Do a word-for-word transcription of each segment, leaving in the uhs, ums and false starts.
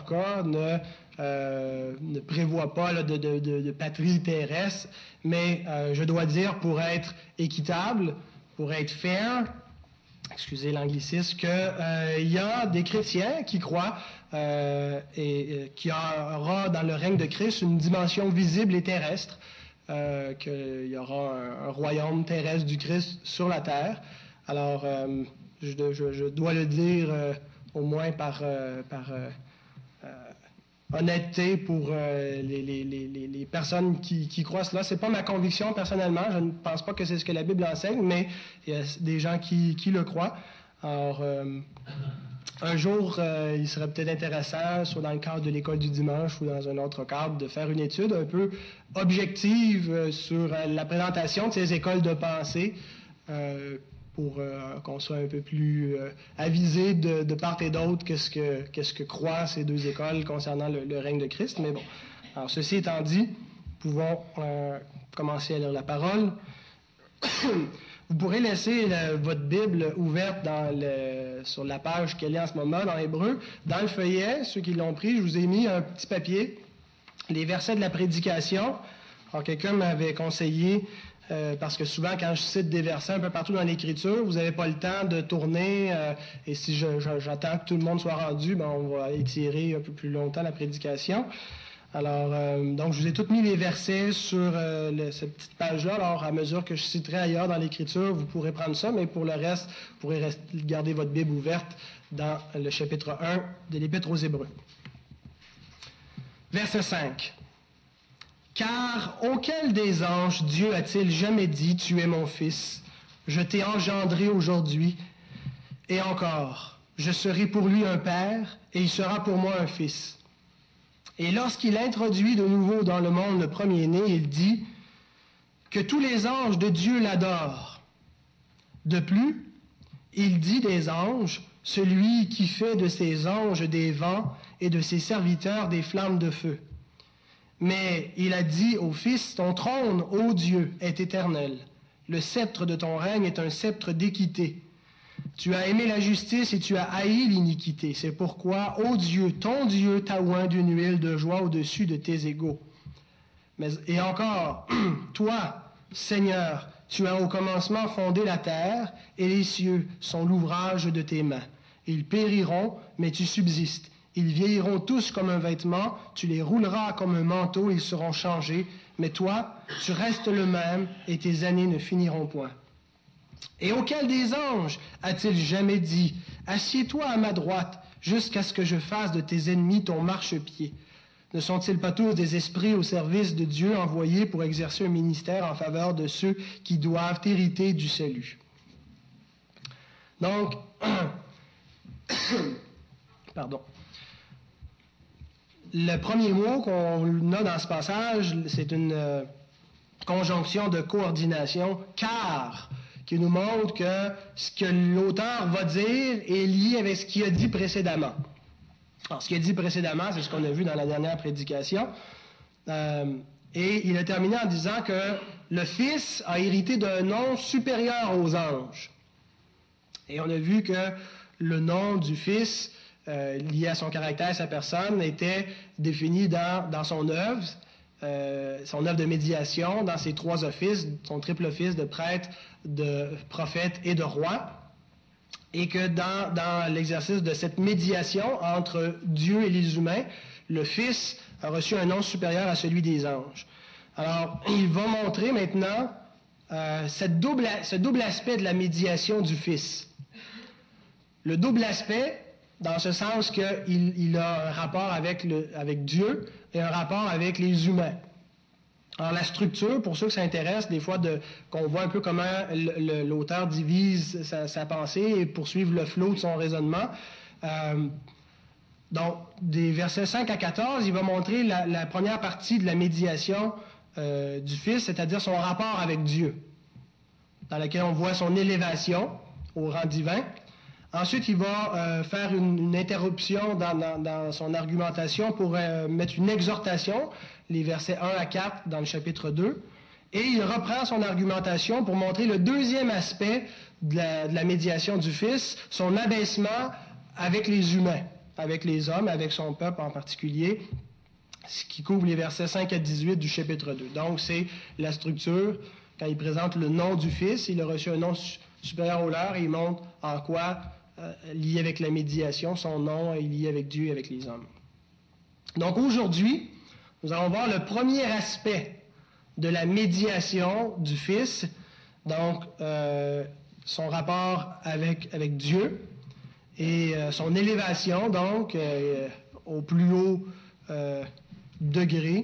cas, ne, euh, ne prévoit pas là, de, de, de, de patrie terrestre, mais euh, je dois dire, pour être équitable, pour être fair, excusez l'anglicisme, qu'il euh, y a des chrétiens qui croient euh, et, et qui aura dans le règne de Christ une dimension visible et terrestre, euh, qu'il y aura un, un royaume terrestre du Christ sur la terre. Alors, euh, je, je, je dois le dire euh, au moins par, euh, par euh, euh, honnêteté pour euh, les, les, les, les personnes qui, qui croient cela. Ce n'est pas ma conviction personnellement, je ne pense pas que c'est ce que la Bible enseigne, mais il y a des gens qui, qui le croient. Alors, euh, un jour, euh, il serait peut-être intéressant, soit dans le cadre de l'école du dimanche ou dans un autre cadre, de faire une étude un peu objective euh, sur euh, la présentation de ces écoles de pensée, euh, pour euh, qu'on soit un peu plus euh, avisé de, de part et d'autre qu'est-ce que, qu'est-ce que croient ces deux écoles concernant le, le règne de Christ. Mais bon, alors ceci étant dit, nous pouvons euh, commencer à lire la parole. Vous pourrez laisser la, votre Bible ouverte dans le, sur la page qu'elle est en ce moment, dans l'hébreu. Dans le feuillet, ceux qui l'ont pris, je vous ai mis un petit papier, les versets de la prédication. Alors, quelqu'un m'avait conseillé, euh, parce que souvent, quand je cite des versets un peu partout dans l'Écriture, vous n'avez pas le temps de tourner, euh, et si je, je, j'attends que tout le monde soit rendu, ben, on va étirer un peu plus longtemps la prédication. Alors, euh, donc, je vous ai tous mis les versets sur euh, le, cette petite page-là. Alors, à mesure que je citerai ailleurs dans l'Écriture, vous pourrez prendre ça, mais pour le reste, vous pourrez rester, garder votre Bible ouverte dans le chapitre un de l'Épître aux Hébreux. Verset cinq. « Car auquel des anges Dieu a-t-il jamais dit, tu es mon fils, je t'ai engendré aujourd'hui, et encore, je serai pour lui un père, et il sera pour moi un fils. » Et lorsqu'il introduit de nouveau dans le monde le premier-né, il dit que tous les anges de Dieu l'adorent. De plus, il dit des anges, celui qui fait de ses anges des vents et de ses serviteurs des flammes de feu. Mais il a dit au Fils, ton trône, ô Dieu, est éternel. Le sceptre de ton règne est un sceptre d'équité. Tu as aimé la justice et tu as haï l'iniquité. C'est pourquoi, ô Dieu, ton Dieu t'a oint d'une huile de joie au-dessus de tes égaux. Mais, et encore, toi, Seigneur, tu as au commencement fondé la terre, et les cieux sont l'ouvrage de tes mains. Ils périront, mais tu subsistes. Ils vieilliront tous comme un vêtement, tu les rouleras comme un manteau, ils seront changés. Mais toi, tu restes le même, et tes années ne finiront point. Et auquel des anges a-t-il jamais dit, assieds-toi à ma droite, jusqu'à ce que je fasse de tes ennemis ton marchepied? Ne sont-ils pas tous des esprits au service de Dieu envoyés pour exercer un ministère en faveur de ceux qui doivent hériter du salut? Donc, pardon. Le premier mot qu'on a dans ce passage, c'est une euh, conjonction de coordination, car, qui nous montre que ce que l'auteur va dire est lié avec ce qu'il a dit précédemment. Alors, ce qu'il a dit précédemment, c'est ce qu'on a vu dans la dernière prédication. Euh, et il a terminé en disant que le Fils a hérité d'un nom supérieur aux anges. Et on a vu que le nom du Fils, euh, lié à son caractère, sa personne, était défini dans, dans son œuvre, euh, son œuvre de médiation, dans ses trois offices, son triple office de prêtre, de prophète et de roi. Et que dans, dans l'exercice de cette médiation entre Dieu et les humains, le Fils a reçu un nom supérieur à celui des anges. Alors, il va montrer maintenant euh, cette double, ce double aspect de la médiation du Fils. Le double aspect, dans ce sens qu'il il a un rapport avec, le, avec Dieu et un rapport avec les humains. Alors, la structure, pour ceux que ça intéresse, des fois, de, qu'on voit un peu comment le, le, l'auteur divise sa, sa pensée et poursuivre le flot de son raisonnement. Euh, donc, des versets cinq à quatorze, il va montrer la, la première partie de la médiation euh, du Fils, c'est-à-dire son rapport avec Dieu, dans laquelle on voit son élévation au rang divin. Ensuite, il va euh, faire une, une interruption dans, dans, dans son argumentation pour euh, mettre une exhortation, les versets un à quatre dans le chapitre deux. Et il reprend son argumentation pour montrer le deuxième aspect de la, de la médiation du Fils, son abaissement avec les humains. avec les hommes, avec son peuple en particulier, ce qui couvre les versets cinq à dix-huit du chapitre deux. Donc, c'est la structure. Quand il présente le nom du Fils, il a reçu un nom supérieur au leur et il montre en quoi, euh, lié avec la médiation, son nom est lié avec Dieu et avec les hommes. Donc, aujourd'hui, nous allons voir le premier aspect de la médiation du Fils, donc euh, son rapport avec, avec Dieu et euh, son élévation, donc, euh, au plus haut euh, degré.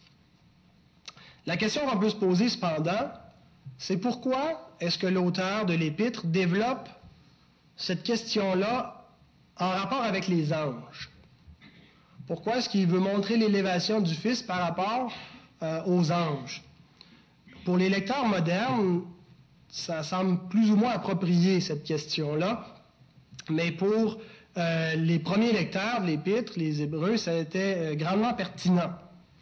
La question qu'on peut se poser, cependant, c'est pourquoi est-ce que l'auteur de l'Épître développe cette question-là en rapport avec les anges? Pourquoi est-ce qu'il veut montrer l'élévation du Fils par rapport euh, aux anges? Pour les lecteurs modernes, ça semble plus ou moins approprié, cette question-là, mais pour euh, les premiers lecteurs de l'Épître, les Hébreux, ça a été euh, grandement pertinent.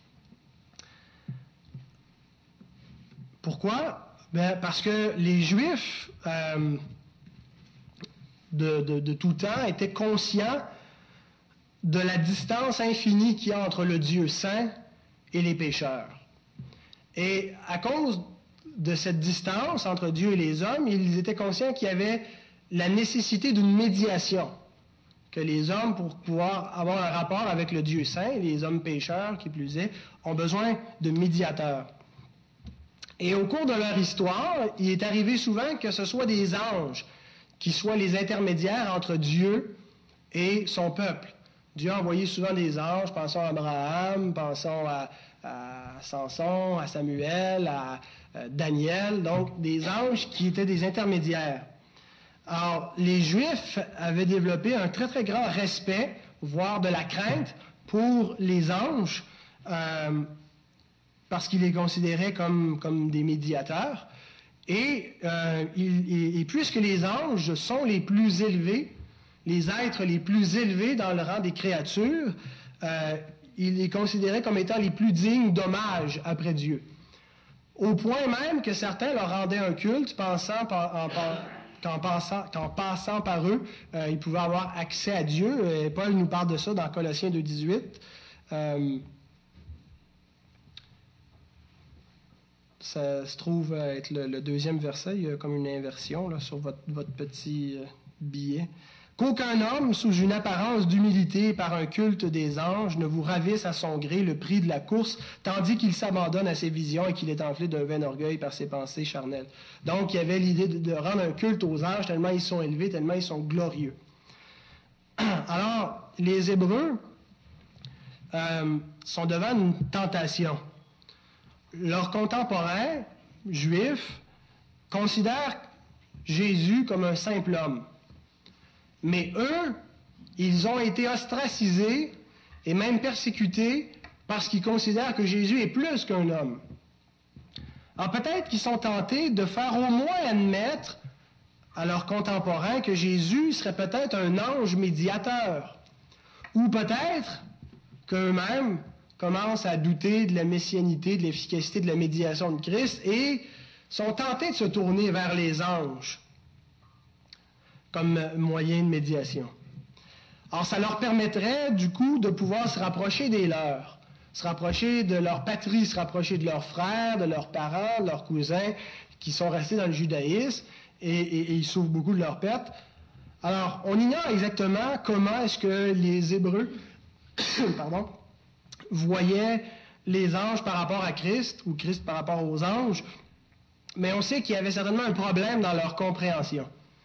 Pourquoi? Ben, parce que les Juifs euh, de, de, de tout temps étaient conscients de la distance infinie qu'il y a entre le Dieu saint et les pécheurs. Et à cause de cette distance entre Dieu et les hommes, ils étaient conscients qu'il y avait la nécessité d'une médiation, que les hommes, pour pouvoir avoir un rapport avec le Dieu saint, les hommes pécheurs, qui plus est, ont besoin de médiateurs. Et au cours de leur histoire, il est arrivé souvent que ce soit des anges qui soient les intermédiaires entre Dieu et son peuple. Dieu a envoyé souvent des anges, pensons à Abraham, pensons à, à Samson, à Samuel, à, à Daniel, donc des anges qui étaient des intermédiaires. Alors, les Juifs avaient développé un très très grand respect, voire de la crainte, pour les anges, euh, parce qu'ils les considéraient comme, comme des médiateurs. Et, euh, il, et, et puisque les anges sont les plus élevés, les êtres les plus élevés dans le rang des créatures, euh, il les considérait comme étant les plus dignes d'hommage après Dieu. Au point même que certains leur rendaient un culte, pensant par, en, qu'en, passant, qu'en passant par eux, euh, ils pouvaient avoir accès à Dieu. Et Paul nous parle de ça dans Colossiens deux dix-huit. Euh, ça se trouve être le, le deuxième verset. Il y a comme une inversion là, sur votre, votre petit euh, billet. Qu'aucun homme, sous une apparence d'humilité par un culte des anges, ne vous ravisse à son gré le prix de la course, tandis qu'il s'abandonne à ses visions et qu'il est enflé d'un vain orgueil par ses pensées charnelles. Donc, il y avait l'idée de, de rendre un culte aux anges tellement ils sont élevés, tellement ils sont glorieux. Alors, les Hébreux euh, sont devant une tentation. Leurs contemporains juifs considèrent Jésus comme un simple homme. Mais eux, ils ont été ostracisés et même persécutés parce qu'ils considèrent que Jésus est plus qu'un homme. Alors peut-être qu'ils sont tentés de faire au moins admettre à leurs contemporains que Jésus serait peut-être un ange médiateur. Ou peut-être qu'eux-mêmes commencent à douter de la messianité, de l'efficacité de la médiation de Christ et sont tentés de se tourner vers les anges comme moyen de médiation. Alors, ça leur permettrait, du coup, de pouvoir se rapprocher des leurs, se rapprocher de leur patrie, se rapprocher de leurs frères, de leurs parents, de leurs cousins, qui sont restés dans le judaïsme, et, et, et ils souffrent beaucoup de leur perte. Alors, on ignore exactement comment est-ce que les Hébreux pardon, voyaient les anges par rapport à Christ, ou Christ par rapport aux anges, mais on sait qu'il y avait certainement un problème dans leur compréhension.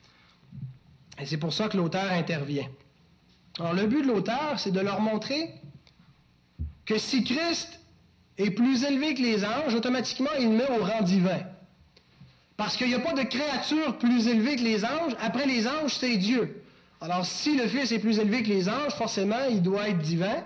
Et c'est pour ça que l'auteur intervient. Alors, le but de l'auteur, c'est de leur montrer que si Christ est plus élevé que les anges, automatiquement, il le met au rang divin. Parce qu'il n'y a pas de créature plus élevée que les anges. Après les anges, c'est Dieu. Alors, si le Fils est plus élevé que les anges, forcément, il doit être divin.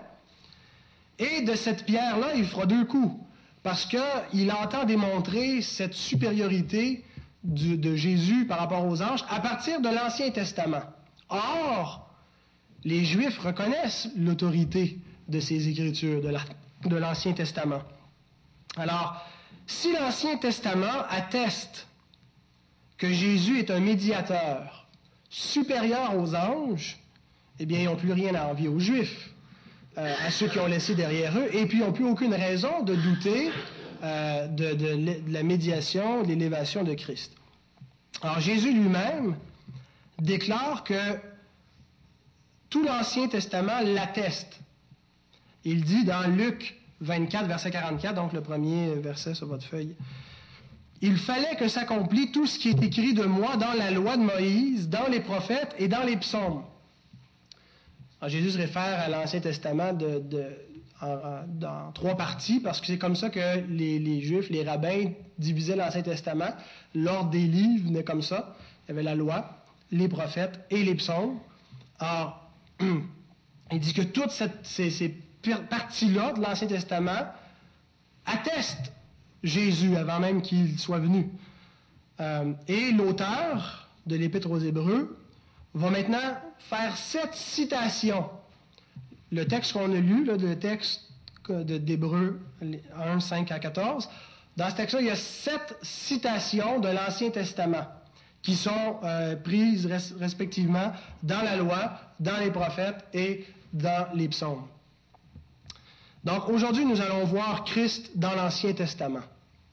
Et de cette pierre-là, il fera deux coups. Parce qu'il entend démontrer cette supériorité Du, de Jésus par rapport aux anges à partir de l'Ancien Testament. Or, les Juifs reconnaissent l'autorité de ces Écritures, de, la, de l'Ancien Testament. Alors, si l'Ancien Testament atteste que Jésus est un médiateur supérieur aux anges, eh bien, ils n'ont plus rien à envier aux Juifs, euh, à ceux qui ont laissé derrière eux, et puis ils n'ont plus aucune raison de douter euh, de, de, de la médiation, de l'élévation de Christ. Alors, Jésus lui-même déclare que tout l'Ancien Testament l'atteste. Il dit dans Luc vingt-quatre, verset quarante-quatre, donc le premier verset sur votre feuille, « Il fallait que s'accomplisse tout ce qui est écrit de moi dans la loi de Moïse, dans les prophètes et dans les psaumes. » Alors, Jésus se réfère à l'Ancien Testament de, de, en, en, dans trois parties, parce que c'est comme ça que les, les Juifs, les rabbins divisaient l'Ancien Testament. L'ordre des livres venait comme ça. Il y avait la loi, les prophètes et les psaumes. Alors, il dit que toutes cette, ces, ces parties-là de l'Ancien Testament attestent Jésus avant même qu'il soit venu. Euh, et l'auteur de l'Épître aux Hébreux va maintenant faire sept citations. Le texte qu'on a lu, là, le texte de, d'Hébreux un, cinq à quatorze, dans ce texte-là, il y a sept citations de l'Ancien Testament qui sont euh, prises res- respectivement dans la loi, dans les prophètes et dans les psaumes. Donc aujourd'hui, nous allons voir Christ dans l'Ancien Testament.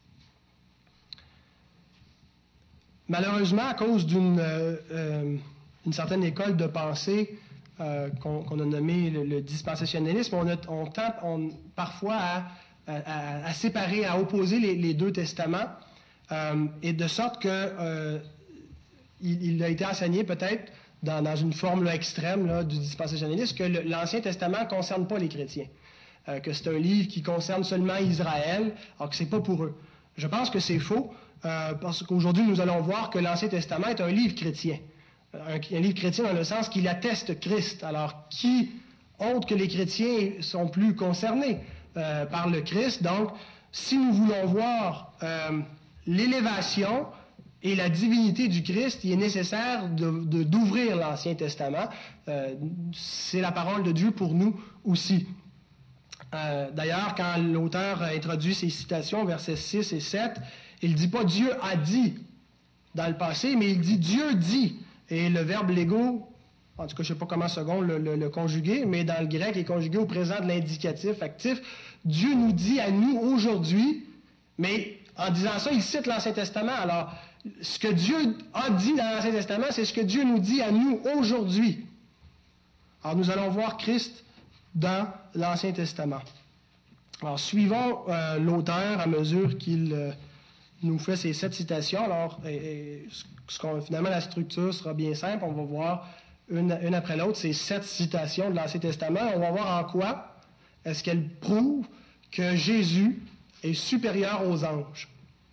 Malheureusement, à cause d'une euh, euh, une certaine école de pensée euh, qu'on, qu'on a nommée le, le dispensationalisme, on, a, on tente on, parfois à, à, à séparer, à opposer les, les deux testaments, euh, et de sorte que euh, il, il a été enseigné peut-être dans, dans une forme là, extrême là, du dispensationalisme que le, l'Ancien Testament ne concerne pas les chrétiens. Euh, que c'est un livre qui concerne seulement Israël, alors que ce n'est pas pour eux. Je pense que c'est faux, euh, parce qu'aujourd'hui, nous allons voir que l'Ancien Testament est un livre chrétien. Un, un livre chrétien dans le sens qu'il atteste Christ. Alors, qui, autre que les chrétiens, sont plus concernés euh, par le Christ? Donc, si nous voulons voir euh, l'élévation et la divinité du Christ, il est nécessaire de, de, d'ouvrir l'Ancien Testament. Euh, c'est la parole de Dieu pour nous aussi. Euh, d'ailleurs, quand l'auteur introduit ces citations, versets six et sept, il ne dit pas « Dieu a dit » dans le passé, mais il dit « Dieu dit ». Et le verbe « lego », en tout cas, je ne sais pas comment second le, le, le conjuguer, mais dans le grec, il est conjugué au présent de l'indicatif actif. Dieu nous dit à nous aujourd'hui, mais en disant ça, il cite l'Ancien Testament. Alors, ce que Dieu a dit dans l'Ancien Testament, c'est ce que Dieu nous dit à nous aujourd'hui. Alors, nous allons voir Christ dans l'Ancien Testament. Alors, suivons euh, l'auteur à mesure qu'il euh, nous fait ces sept citations. Alors, et, et, ce qu'on, finalement, la structure sera bien simple. On va voir une, une après l'autre ces sept citations de l'Ancien Testament. On va voir en quoi est-ce qu'elles prouvent que Jésus est supérieur aux anges.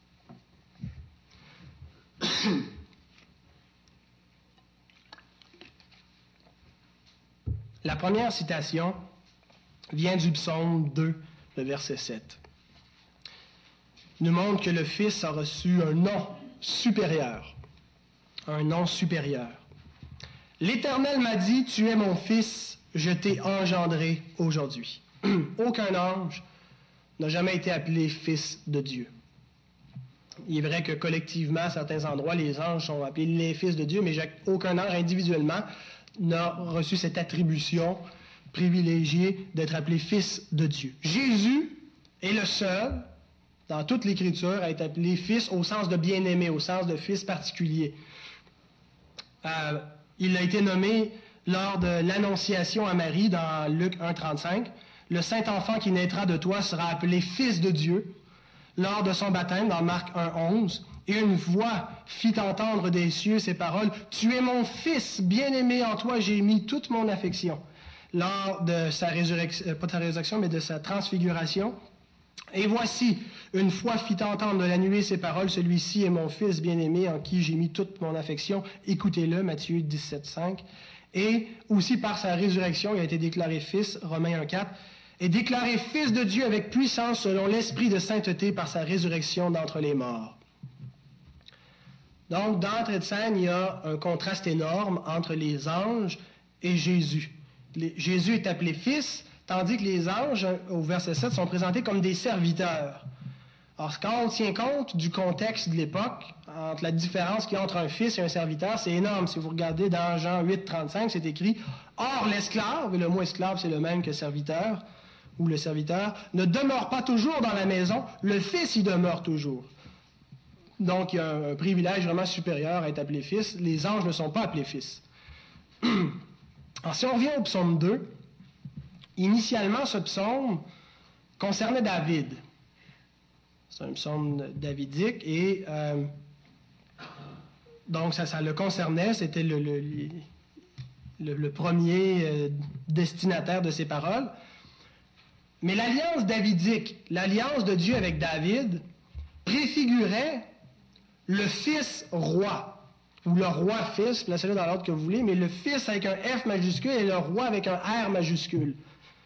La première citation vient du psaume deux, le verset sept. Il nous montre que le Fils a reçu un nom supérieur. Un nom supérieur. L'Éternel m'a dit, tu es mon Fils, je t'ai engendré aujourd'hui. Aucun ange n'a jamais été appelé Fils de Dieu. Il est vrai que collectivement, à certains endroits, les anges sont appelés les fils de Dieu, mais aucun ange individuellement n'a reçu cette attribution privilégiée d'être appelé fils de Dieu. Jésus est le seul, dans toute l'Écriture, à être appelé fils au sens de bien-aimé, au sens de fils particulier. Euh, il a été nommé lors de l'Annonciation à Marie dans Luc un, trente-cinq. Le Saint-Enfant qui naîtra de toi sera appelé fils de Dieu. Lors de son baptême, dans Marc un, onze, et une voix fit entendre des cieux ces paroles, « Tu es mon Fils, bien-aimé, en toi j'ai mis toute mon affection. » Lors de sa résurrection, pas de sa résurrection, mais de sa transfiguration. Et voici, une fois fit entendre de la nuée ces paroles, « Celui-ci est mon Fils bien-aimé, en qui j'ai mis toute mon affection. » Écoutez-le, Matthieu dix-sept, cinq. Et aussi par sa résurrection, il a été déclaré Fils, Romains un, quatre. Et déclaré Fils de Dieu avec puissance selon l'esprit de sainteté par sa résurrection d'entre les morts. Donc, d'entrée de scène, il y a un contraste énorme entre les anges et Jésus. Les, Jésus est appelé Fils, tandis que les anges, au verset sept, sont présentés comme des serviteurs. Alors, quand on tient compte du contexte de l'époque, entre la différence qu'il y a entre un fils et un serviteur, c'est énorme. Si vous regardez dans Jean huit, trente-cinq, c'est écrit « Or, l'esclave, et le mot esclave, c'est le même que serviteur, ou le serviteur, ne demeure pas toujours dans la maison, le fils y demeure toujours. Donc, il y a un, un privilège vraiment supérieur à être appelé fils. Les anges ne sont pas appelés fils. Alors, si on revient au psaume deux, initialement, ce psaume concernait David. C'est un psaume davidique et euh, donc ça, ça le concernait, c'était le, le, le, le premier euh, destinataire de ces paroles. Mais l'alliance davidique, l'alliance de Dieu avec David, préfigurait le fils roi, ou le roi-fils, placez-le dans l'ordre que vous voulez, mais le fils avec un F majuscule et le roi avec un R majuscule.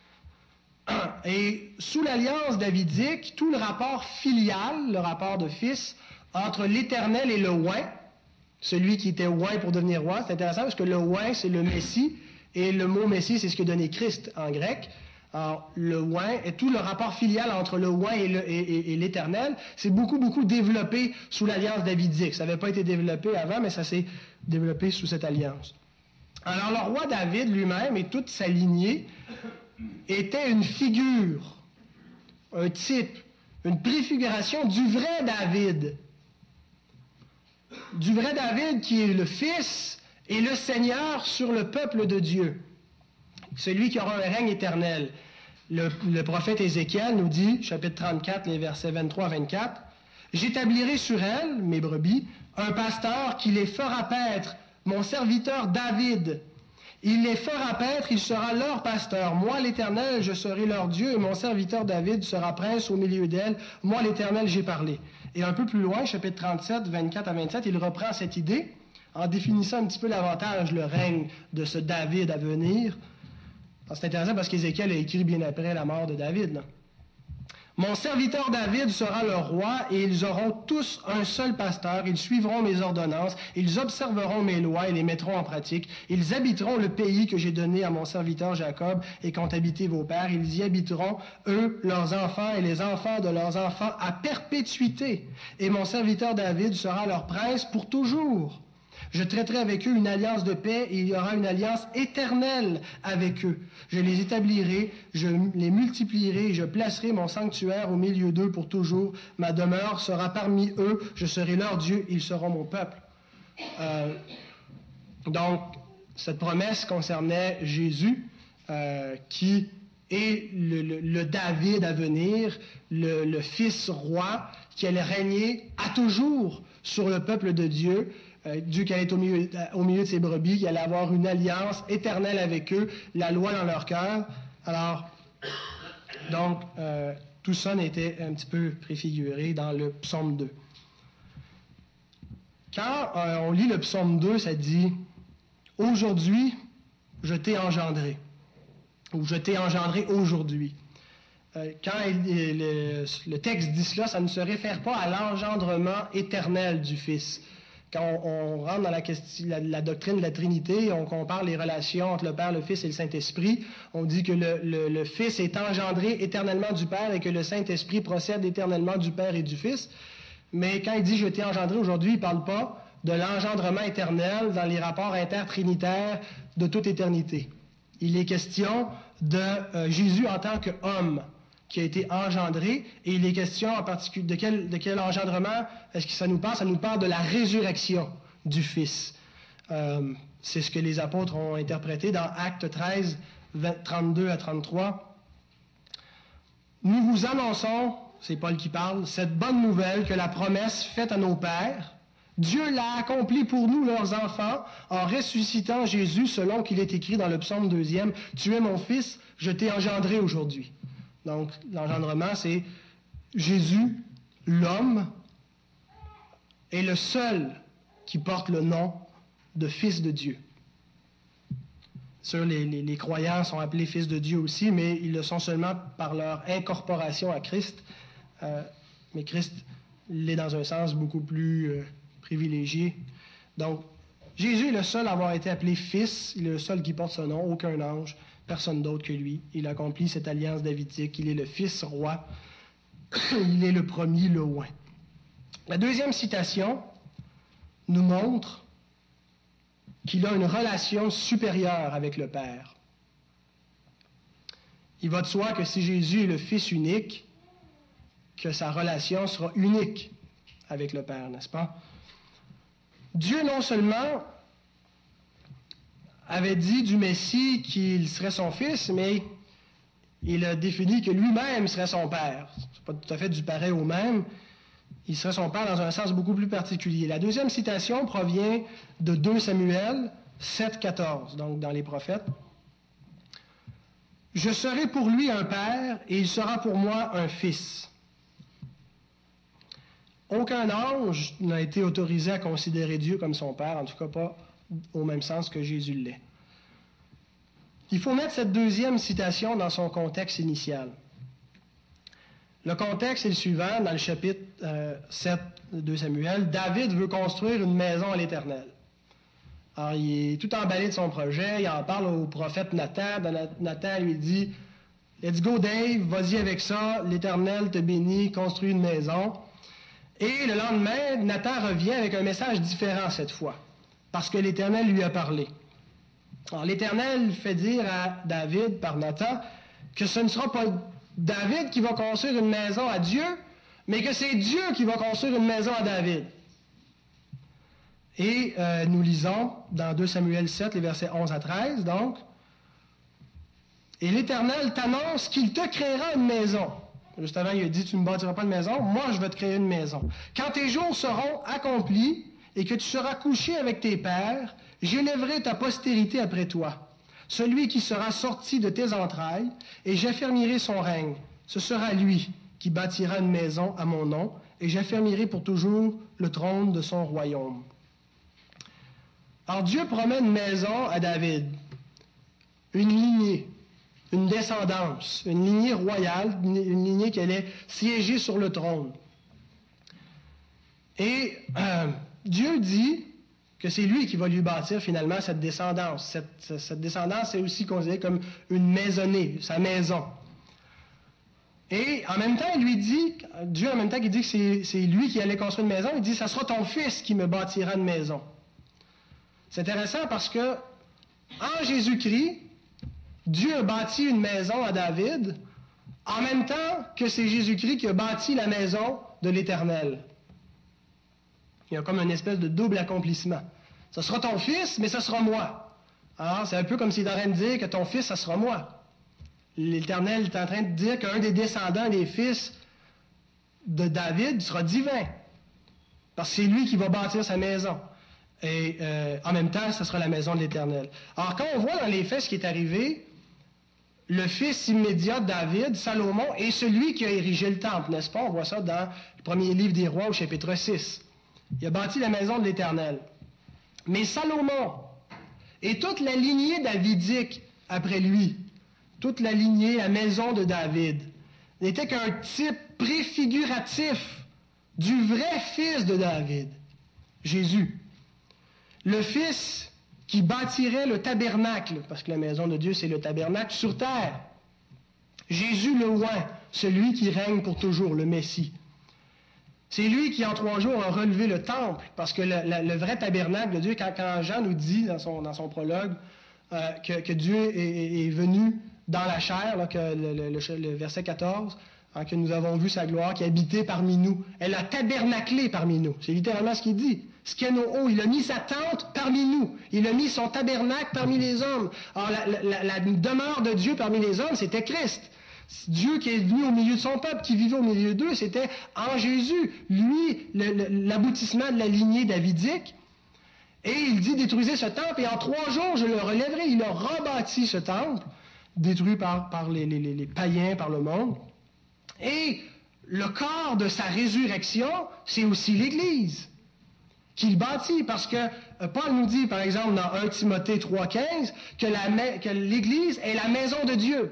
Et sous l'alliance davidique, tout le rapport filial, le rapport de fils, entre l'Éternel et le oint, celui qui était oint pour devenir roi, c'est intéressant parce que le oint, c'est le Messie, et le mot Messie, c'est ce que donnait Christ en grec. Alors, le oint, et tout le rapport filial entre le oint et, le, et, et, et l'Éternel, c'est beaucoup, beaucoup développé sous l'alliance davidique. Ça n'avait pas été développé avant, mais ça s'est développé sous cette alliance. Alors, le roi David lui-même et toute sa lignée était une figure, un type, une préfiguration du vrai David. Du vrai David qui est le Fils et le Seigneur sur le peuple de Dieu. Celui qui aura un règne éternel. Le, le prophète Ézéchiel nous dit, chapitre trente-quatre, les versets vingt-trois à vingt-quatre, « J'établirai sur elles, mes brebis, un pasteur qui les fera paître, mon serviteur David. Il les fera paître, il sera leur pasteur. Moi, l'Éternel, je serai leur Dieu, et mon serviteur David sera prince au milieu d'elles. Moi, l'Éternel, j'ai parlé. » Et un peu plus loin, chapitre trente-sept, vingt-quatre à vingt-sept, il reprend cette idée en définissant un petit peu davantage le règne de ce David à venir. Alors, c'est intéressant parce qu'Ézéchiel a écrit bien après la mort de David, là. Mon serviteur David sera leur roi, et ils auront tous un seul pasteur. Ils suivront mes ordonnances, ils observeront mes lois et les mettront en pratique. Ils habiteront le pays que j'ai donné à mon serviteur Jacob et qu'ont habité vos pères. Ils y habiteront, eux, leurs enfants et les enfants de leurs enfants à perpétuité. Et mon serviteur David sera leur prince pour toujours. Je traiterai avec eux une alliance de paix et il y aura une alliance éternelle avec eux. Je les établirai, je les multiplierai et je placerai mon sanctuaire au milieu d'eux pour toujours. Ma demeure sera parmi eux, je serai leur Dieu, ils seront mon peuple. Euh, donc, cette promesse concernait Jésus euh, qui est le, le, le David à venir, le, le fils roi qui allait régner à toujours sur le peuple de Dieu. Euh, Dieu qui allait être au milieu, au milieu de ses brebis, qui allait avoir une alliance éternelle avec eux, la loi dans leur cœur. Alors, donc, euh, tout ça était un petit peu préfiguré dans le psaume deux. Quand euh, on lit le psaume deux, ça dit « Aujourd'hui, je t'ai engendré » ou « Je t'ai engendré aujourd'hui ». Euh, quand il, le, le texte dit cela, ça ne se réfère pas à l'engendrement éternel du Fils. Quand on, on rentre dans la, question, la, la doctrine de la Trinité, on compare les relations entre le Père, le Fils et le Saint-Esprit. On dit que le, le, le Fils est engendré éternellement du Père et que le Saint-Esprit procède éternellement du Père et du Fils. Mais quand il dit « je t'ai engendré aujourd'hui », il ne parle pas de l'engendrement éternel dans les rapports intertrinitaires de toute éternité. Il est question de euh, Jésus en tant qu'homme qui a été engendré, et il est question en particulier de quel, de quel engendrement est-ce que ça nous parle? Ça nous parle de la résurrection du Fils. Euh, c'est ce que les apôtres ont interprété dans Actes treize, trente-deux à trente-trois. Nous vous annonçons, c'est Paul qui parle, cette bonne nouvelle que la promesse faite à nos pères, Dieu l'a accomplie pour nous, leurs enfants, en ressuscitant Jésus, selon qu'il est écrit dans le psaume deuxième, « Tu es mon Fils, je t'ai engendré aujourd'hui ». Donc, l'engendrement, c'est Jésus, l'homme, est le seul qui porte le nom de Fils de Dieu. Sûr, les, les, les croyants sont appelés Fils de Dieu aussi, mais ils le sont seulement par leur incorporation à Christ. Euh, mais Christ l'est dans un sens beaucoup plus euh, privilégié. Donc, Jésus est le seul à avoir été appelé Fils, il est le seul qui porte ce nom, aucun ange. Personne d'autre que lui. Il accomplit cette alliance davidique. Il est le fils roi. Il est le premier, le oint. La deuxième citation nous montre qu'il a une relation supérieure avec le Père. Il va de soi que si Jésus est le Fils unique, que sa relation sera unique avec le Père, n'est-ce pas? Dieu non seulement avait dit du Messie qu'il serait son Fils, mais il a défini que lui-même serait son Père. C'est pas tout à fait du pareil au même. Il serait son Père dans un sens beaucoup plus particulier. La deuxième citation provient de deux Samuel sept, quatorze, donc dans les prophètes. « Je serai pour lui un père, et il sera pour moi un fils. » Aucun ange n'a été autorisé à considérer Dieu comme son père, en tout cas pas au même sens que Jésus l'est. Il faut mettre cette deuxième citation dans son contexte initial. Le contexte est le suivant, dans le chapitre euh, sept de deux Samuel. David veut construire une maison à l'Éternel. Alors, il est tout emballé de son projet, il en parle au prophète Nathan. Nathan lui dit « Let's go Dave, vas-y avec ça, l'Éternel te bénit, construis une maison. » Et le lendemain, Nathan revient avec un message différent cette fois, parce que l'Éternel lui a parlé. Alors, l'Éternel fait dire à David par Nathan que ce ne sera pas David qui va construire une maison à Dieu, mais que c'est Dieu qui va construire une maison à David. Et euh, nous lisons dans deux Samuel sept, les versets onze à treize, donc, « Et l'Éternel t'annonce qu'il te créera une maison. » Juste avant, il a dit, « Tu ne bâtiras pas de maison, moi je vais te créer une maison. Quand tes jours seront accomplis et que tu seras couché avec tes pères, j'élèverai ta postérité après toi, celui qui sera sorti de tes entrailles, et j'affermirai son règne. Ce sera lui qui bâtira une maison à mon nom, et j'affermirai pour toujours le trône de son royaume. » Alors Dieu promet une maison à David, une lignée, une descendance, une lignée royale, une, une lignée qui allait siéger sur le trône. Et euh, Dieu dit que c'est lui qui va lui bâtir finalement cette descendance. Cette, cette descendance est aussi considérée comme une maisonnée, sa maison. Et en même temps, il lui dit, Dieu en même temps qu'il dit que c'est, c'est lui qui allait construire une maison, il dit, ça sera ton fils qui me bâtira une maison. C'est intéressant parce que en Jésus-Christ, Dieu a bâti une maison à David, en même temps que c'est Jésus-Christ qui a bâti la maison de l'Éternel. Il y a comme une espèce de double accomplissement. Ce sera ton fils, mais ce sera moi. Alors, c'est un peu comme s'il est en train de dire que ton fils, ce sera moi. L'Éternel est en train de dire qu'un des descendants des fils de David sera divin. Parce que c'est lui qui va bâtir sa maison. Et euh, en même temps, ce sera la maison de l'Éternel. Alors, quand on voit dans les faits ce qui est arrivé, le fils immédiat de David, Salomon, est celui qui a érigé le temple, n'est-ce pas? On voit ça dans le premier livre des Rois, au chapitre six. Il a bâti la maison de l'Éternel. Mais Salomon et toute la lignée davidique après lui, toute la lignée, la maison de David, n'était qu'un type préfiguratif du vrai fils de David, Jésus. Le fils qui bâtirait le tabernacle, parce que la maison de Dieu, c'est le tabernacle sur terre. Jésus le oint, celui qui règne pour toujours, le Messie. C'est lui qui, en trois jours, a relevé le temple, parce que le, le, le vrai tabernacle de Dieu, quand, quand Jean nous dit dans son, dans son prologue euh, que, que Dieu est, est venu dans la chair, là, que le, le, le, le verset quatorze, hein, que nous avons vu sa gloire, qui habitait parmi nous. Elle a tabernaclé parmi nous. C'est littéralement ce qu'il dit. Skenoho, il a mis sa tente parmi nous. Il a mis son tabernacle parmi les hommes. Alors, la, la, la demeure de Dieu parmi les hommes, c'était Christ. Dieu qui est venu au milieu de son peuple, qui vivait au milieu d'eux, c'était en Jésus, lui, le, le, l'aboutissement de la lignée davidique. Et il dit, détruisez ce temple, et en trois jours, je le relèverai. Il a rebâti ce temple, détruit par, par les, les, les païens, par le monde. Et le corps de sa résurrection, c'est aussi l'Église qu'il bâtit, parce que Paul nous dit, par exemple, dans un Timothée trois quinze, que, la, que l'Église est la maison de Dieu.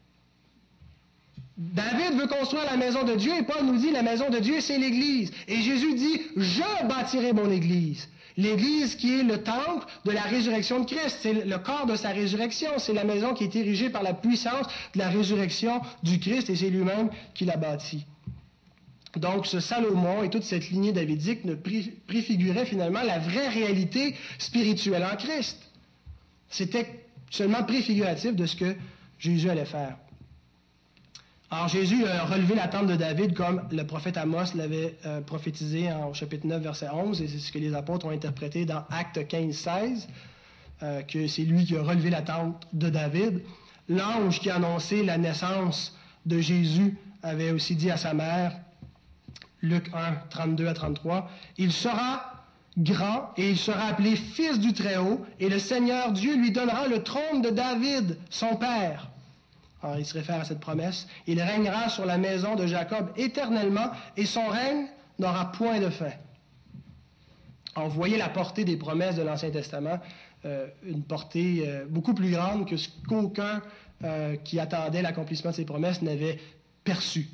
David veut construire la maison de Dieu, et Paul nous dit, la maison de Dieu, c'est l'Église. Et Jésus dit, je bâtirai mon Église. L'Église qui est le temple de la résurrection de Christ, c'est le corps de sa résurrection, c'est la maison qui est érigée par la puissance de la résurrection du Christ, et c'est lui-même qui l'a bâtie. Donc, ce Salomon et toute cette lignée davidique ne préfigurait finalement la vraie réalité spirituelle en Christ. C'était seulement préfiguratif de ce que Jésus allait faire. Alors, Jésus a relevé la tente de David comme le prophète Amos l'avait euh, prophétisé en, au chapitre neuf, verset onze, et c'est ce que les apôtres ont interprété dans Actes quinze, seize, euh, que c'est lui qui a relevé la tente de David. L'ange qui a annoncé la naissance de Jésus avait aussi dit à sa mère, Luc un, trente-deux à trente-trois, « Il sera grand et il sera appelé Fils du Très-Haut, et le Seigneur Dieu lui donnera le trône de David, son père. » Alors, il se réfère à cette promesse. « Il régnera sur la maison de Jacob éternellement, et son règne n'aura point de fin. » Alors, vous voyez la portée des promesses de l'Ancien Testament, euh, une portée euh, beaucoup plus grande que ce qu'aucun euh, qui attendait l'accomplissement de ces promesses n'avait perçu.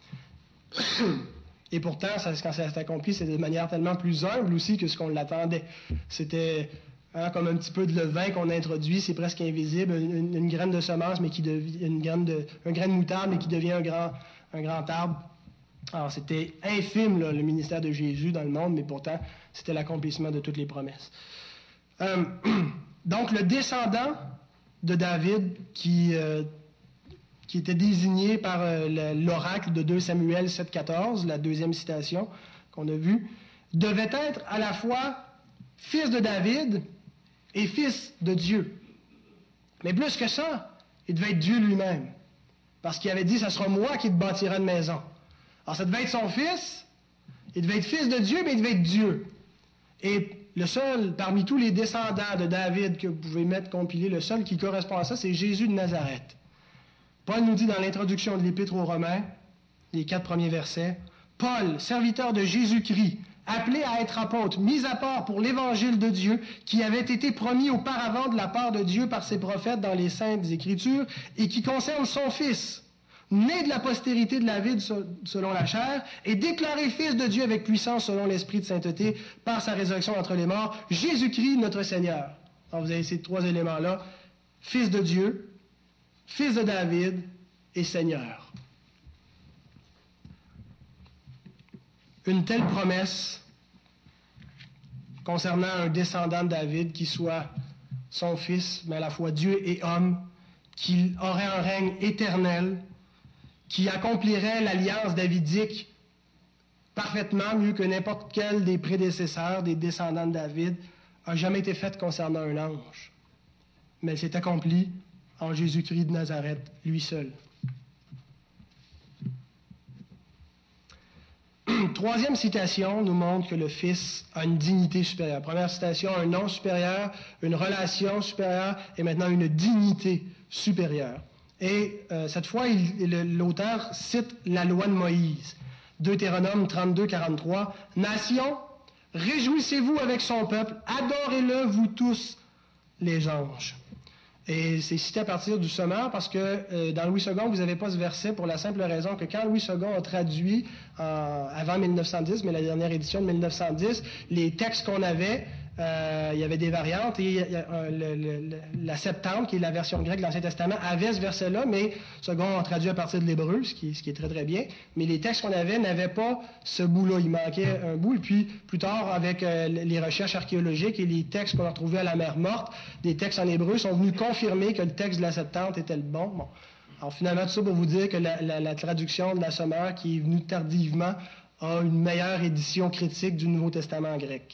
Et pourtant, ça, quand ça s'est accompli, c'est de manière tellement plus humble aussi que ce qu'on l'attendait. C'était hein, comme un petit peu de levain qu'on introduit, c'est presque invisible, une, une graine de semence, mais qui devient une graine de, un grain de moutarde, mais qui devient un grand, un grand arbre. Alors, c'était infime, là, le ministère de Jésus dans le monde, mais pourtant, c'était l'accomplissement de toutes les promesses. Euh, donc, le descendant de David qui... Euh, qui était désigné par euh, l'oracle de deux Samuel sept, quatorze, la deuxième citation qu'on a vue, devait être à la fois fils de David et fils de Dieu. Mais plus que ça, il devait être Dieu lui-même. Parce qu'il avait dit, « Ça sera moi qui te bâtirai une maison. » Alors ça devait être son fils, il devait être fils de Dieu, mais il devait être Dieu. Et le seul, parmi tous les descendants de David que vous pouvez mettre compilé, le seul qui correspond à ça, c'est Jésus de Nazareth. Paul nous dit dans l'introduction de l'Épître aux Romains, les quatre premiers versets, « Paul, serviteur de Jésus-Christ, appelé à être apôtre, mis à part pour l'Évangile de Dieu, qui avait été promis auparavant de la part de Dieu par ses prophètes dans les Saintes Écritures, et qui concerne son Fils, né de la postérité de David selon la chair, et déclaré Fils de Dieu avec puissance selon l'Esprit de sainteté, par sa résurrection entre les morts, Jésus-Christ notre Seigneur. » Alors vous avez ces trois éléments-là, Fils de Dieu, Fils de David et Seigneur. Une telle promesse concernant un descendant de David qui soit son fils, mais à la fois Dieu et homme, qui aurait un règne éternel, qui accomplirait l'alliance davidique parfaitement mieux que n'importe quel des prédécesseurs, des descendants de David, n'a jamais été faite concernant un ange. Mais elle s'est accomplie en Jésus-Christ de Nazareth, lui seul. Troisième citation nous montre que le Fils a une dignité supérieure. Première citation, un nom supérieur, une relation supérieure et maintenant une dignité supérieure. Et euh, cette fois, il, l'auteur cite la loi de Moïse. Deutéronome trente-deux, quarante-trois. « Nation, réjouissez-vous avec son peuple, adorez-le, vous tous, les anges. » Et c'est cité à partir du Sommeur parce que euh, dans Louis second, vous n'avez pas ce verset pour la simple raison que quand Louis second a traduit en, avant mille neuf cent dix, mais la dernière édition de mille neuf cent dix, les textes qu'on avait, euh, il y avait des variantes et euh, le, le, la Septante, qui est la version grecque de l'Ancien Testament, avait ce verset-là, mais Second a traduit à partir de l'hébreu, ce qui, ce qui est très très bien. Mais les textes qu'on avait n'avaient pas ce bout-là, il manquait un bout. Et puis plus tard, avec euh, les recherches archéologiques et les textes qu'on a retrouvés à la mer Morte, des textes en hébreu sont venus confirmer que le texte de la Septante était le bon. Bon. Alors finalement, tout ça pour vous dire que la, la, la traduction de la Sommeur, qui est venue tardivement, a une meilleure édition critique du Nouveau Testament en grec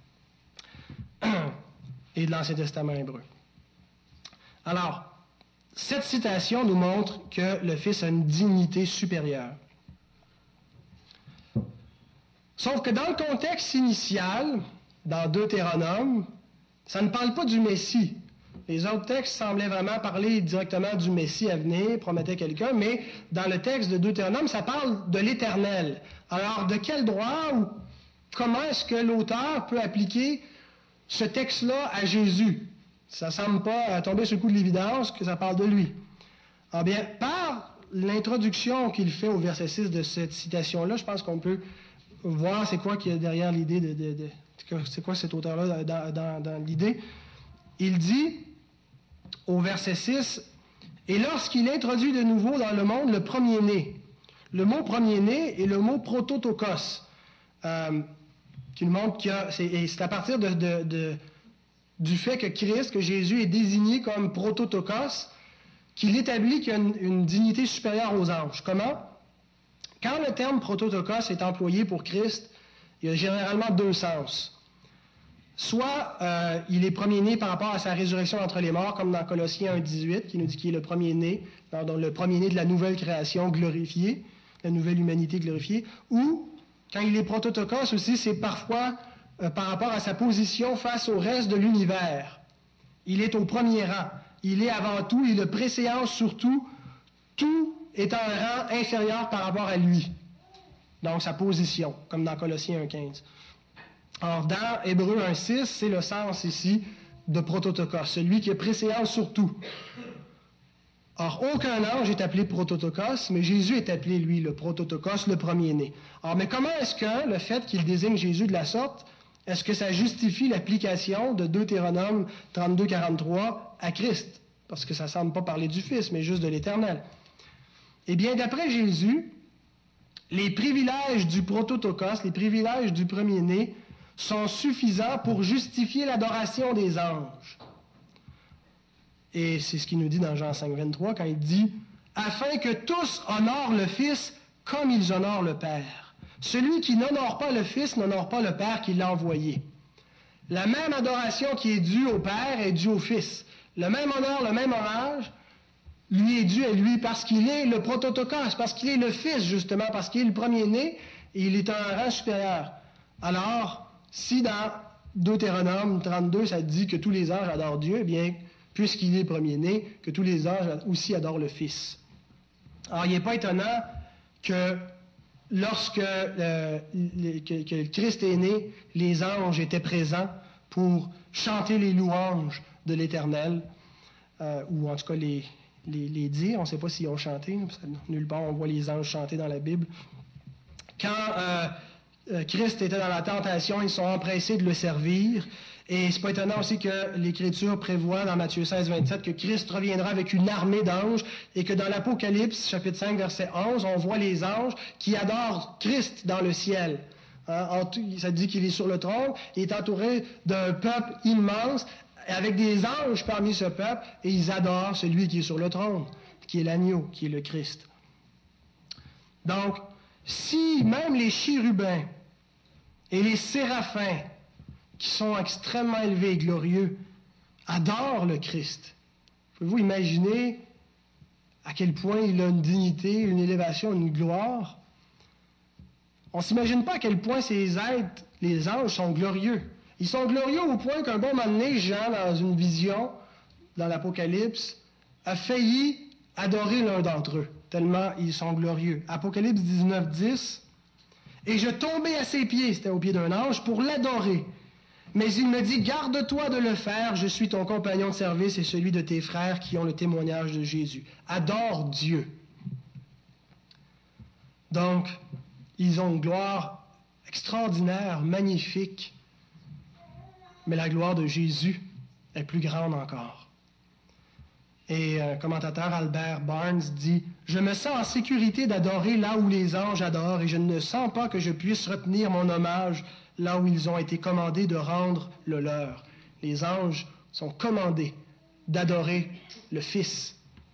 et de l'Ancien Testament hébreu. Alors, cette citation nous montre que le Fils a une dignité supérieure. Sauf que dans le contexte initial, dans Deutéronome, ça ne parle pas du Messie. Les autres textes semblaient vraiment parler directement du Messie à venir, promettait quelqu'un, mais dans le texte de Deutéronome, ça parle de l'Éternel. Alors, de quel droit ou comment est-ce que l'auteur peut appliquer ce texte-là à Jésus? Ça ne semble pas tomber sur le coup de l'évidence que ça parle de lui. Ah bien, par l'introduction qu'il fait au verset six de cette citation-là, je pense qu'on peut voir c'est quoi qu'il y a derrière l'idée de... de, de c'est quoi cet auteur-là dans, dans, dans l'idée. Il dit, au verset six, « Et lorsqu'il introduit de nouveau dans le monde le premier-né, Le mot premier-né est le mot prototokos, euh, qui nous montre que c'est, et c'est à partir de, de, de, du fait que Christ, que Jésus est désigné comme prototokos, qu'il établit qu'il y a une, une dignité supérieure aux anges. Comment? Quand le terme prototokos est employé pour Christ, il y a généralement deux sens. Soit euh, il est premier-né par rapport à sa résurrection entre les morts, comme dans Colossiens un dix-huit, qui nous dit qu'il est le premier-né, pardon, le premier-né de la nouvelle création glorifiée, la nouvelle humanité glorifiée, ou quand il est prototokos aussi, c'est parfois euh, par rapport à sa position face au reste de l'univers. Il est au premier rang, il est avant tout, il a préséance sur tout, tout est un rang inférieur par rapport à lui. Donc sa position, comme dans Colossiens un quinze. Or, dans Hébreux un six, c'est le sens ici de prototokos, celui qui a préséance sur tout. Or, aucun ange est appelé prototokos, mais Jésus est appelé, lui, le prototokos, le premier-né. Alors, mais comment est-ce que le fait qu'il désigne Jésus de la sorte, est-ce que ça justifie l'application de Deutéronome trente-deux quarante-trois à Christ? Parce que ça ne semble pas parler du Fils, mais juste de l'Éternel. Eh bien, d'après Jésus, les privilèges du prototokos, les privilèges du premier-né, sont suffisants pour justifier l'adoration des anges. Et c'est ce qu'il nous dit dans Jean cinq vingt-trois, quand il dit « Afin que tous honorent le Fils comme ils honorent le Père. Celui qui n'honore pas le Fils n'honore pas le Père qui l'a envoyé. » La même adoration qui est due au Père est due au Fils. Le même honneur, le même hommage lui est dû à lui parce qu'il est le prototokos, parce qu'il est le Fils, justement, parce qu'il est le premier-né et il est un rang supérieur. Alors, si dans Deutéronome trente-deux, ça dit que tous les anges adorent Dieu, eh bien, puisqu'il est premier-né, que tous les anges aussi adorent le Fils. Alors, il n'est pas étonnant que lorsque euh, que, que Christ est né, les anges étaient présents pour chanter les louanges de l'Éternel, euh, ou en tout cas les, les, les dire. On ne sait pas s'ils ont chanté, parce que nulle part on voit les anges chanter dans la Bible. Quand euh, Christ était dans la tentation, ils sont empressés de le servir. Et c'est pas étonnant aussi que l'Écriture prévoit dans Matthieu seize vingt-sept que Christ reviendra avec une armée d'anges et que dans l'Apocalypse, chapitre cinq, verset onze, on voit les anges qui adorent Christ dans le ciel. Hein, ça dit qu'il est sur le trône, il est entouré d'un peuple immense avec des anges parmi ce peuple et ils adorent celui qui est sur le trône, qui est l'agneau, qui est le Christ. Donc, si même les chérubins et les séraphins, qui sont extrêmement élevés et glorieux, adorent le Christ, pouvez-vous imaginer à quel point il a une dignité, une élévation, une gloire? On ne s'imagine pas à quel point ces êtres, les anges, sont glorieux. Ils sont glorieux au point qu'un bon moment donné, Jean, dans une vision, dans l'Apocalypse, a failli adorer l'un d'entre eux, tellement ils sont glorieux. Apocalypse dix-neuf dix, « Et je tombai à ses pieds, c'était au pied d'un ange, pour l'adorer. Mais il me dit, garde-toi de le faire, je suis ton compagnon de service et celui de tes frères qui ont le témoignage de Jésus. Adore Dieu. » Donc, ils ont une gloire extraordinaire, magnifique, mais la gloire de Jésus est plus grande encore. Et un commentateur, Albert Barnes, dit « Je me sens en sécurité d'adorer là où les anges adorent et je ne sens pas que je puisse retenir mon hommage là où ils ont été commandés de rendre le leur. Les anges sont commandés d'adorer le Fils. »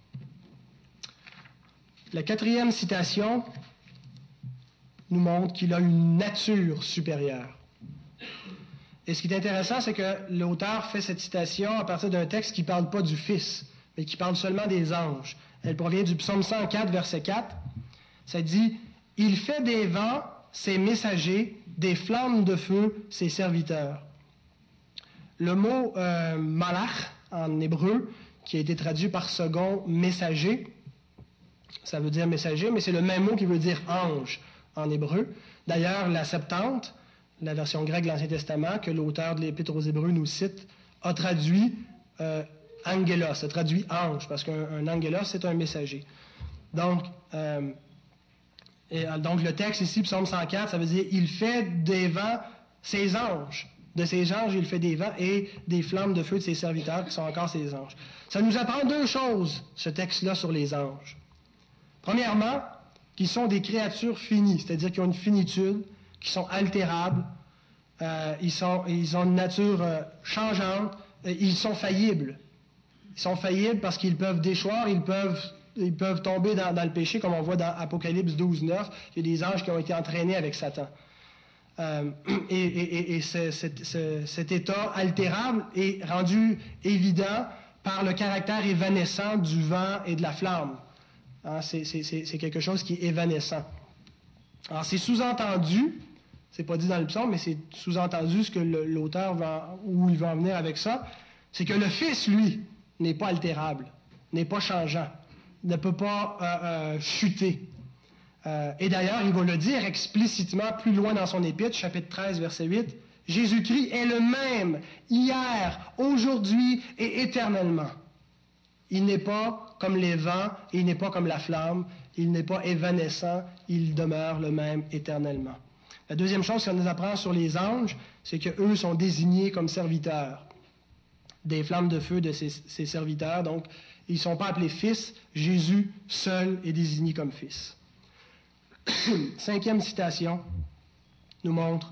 La quatrième citation nous montre qu'il a une nature supérieure. Et ce qui est intéressant, c'est que l'auteur fait cette citation à partir d'un texte qui ne parle pas du Fils, mais qui parle seulement des anges. Elle provient du psaume cent quatre, verset quatre. Ça dit « Il fait des vents ses messagers, des flammes de feu ses serviteurs. » Le mot euh, « malach » en hébreu, qui a été traduit par second « messager », ça veut dire « messager », mais c'est le même mot qui veut dire « ange » en hébreu. D'ailleurs, la Septante, la version grecque de l'Ancien Testament, que l'auteur de l'Épître aux Hébreux nous cite, a traduit euh, angelos, ça traduit ange, parce qu'un angelos, c'est un messager. Donc, euh, et, donc, le texte ici, psaume cent quatre, ça veut dire « Il fait des vents ses anges ». De ses anges, il fait des vents et des flammes de feu de ses serviteurs, qui sont encore ses anges. Ça nous apprend deux choses, ce texte-là, sur les anges. Premièrement, qui sont des créatures finies, c'est-à-dire qui ont une finitude, qui sont altérables, euh, ils, sont, ils ont une nature euh, changeante, euh, ils sont faillibles. Ils sont faillibles parce qu'ils peuvent déchoir, ils peuvent, ils peuvent tomber dans, dans le péché, comme on voit dans Apocalypse douze, neuf. Il y a des anges qui ont été entraînés avec Satan. Euh, et et, et ce, cet, ce, cet état altérable est rendu évident par le caractère évanescent du vent et de la flamme. Hein, c'est, c'est, c'est quelque chose qui est évanescent. Alors, c'est sous-entendu, c'est pas dit dans le psaume, mais c'est sous-entendu ce que le, l'auteur va, où il va en venir avec ça, c'est que le Fils, lui, n'est pas altérable, n'est pas changeant, ne peut pas euh, euh, chuter. Euh, et d'ailleurs, il va le dire explicitement plus loin dans son épître, chapitre treize, verset huit, « Jésus-Christ est le même hier, aujourd'hui et éternellement. » Il n'est pas comme les vents, et il n'est pas comme la flamme, il n'est pas évanescent, il demeure le même éternellement. La deuxième chose qu'on nous apprend sur les anges, c'est qu'eux sont désignés comme serviteurs, des flammes de feu de ces, ces serviteurs. Donc, ils ne sont pas appelés fils, Jésus seul est désigné comme fils. Cinquième citation nous montre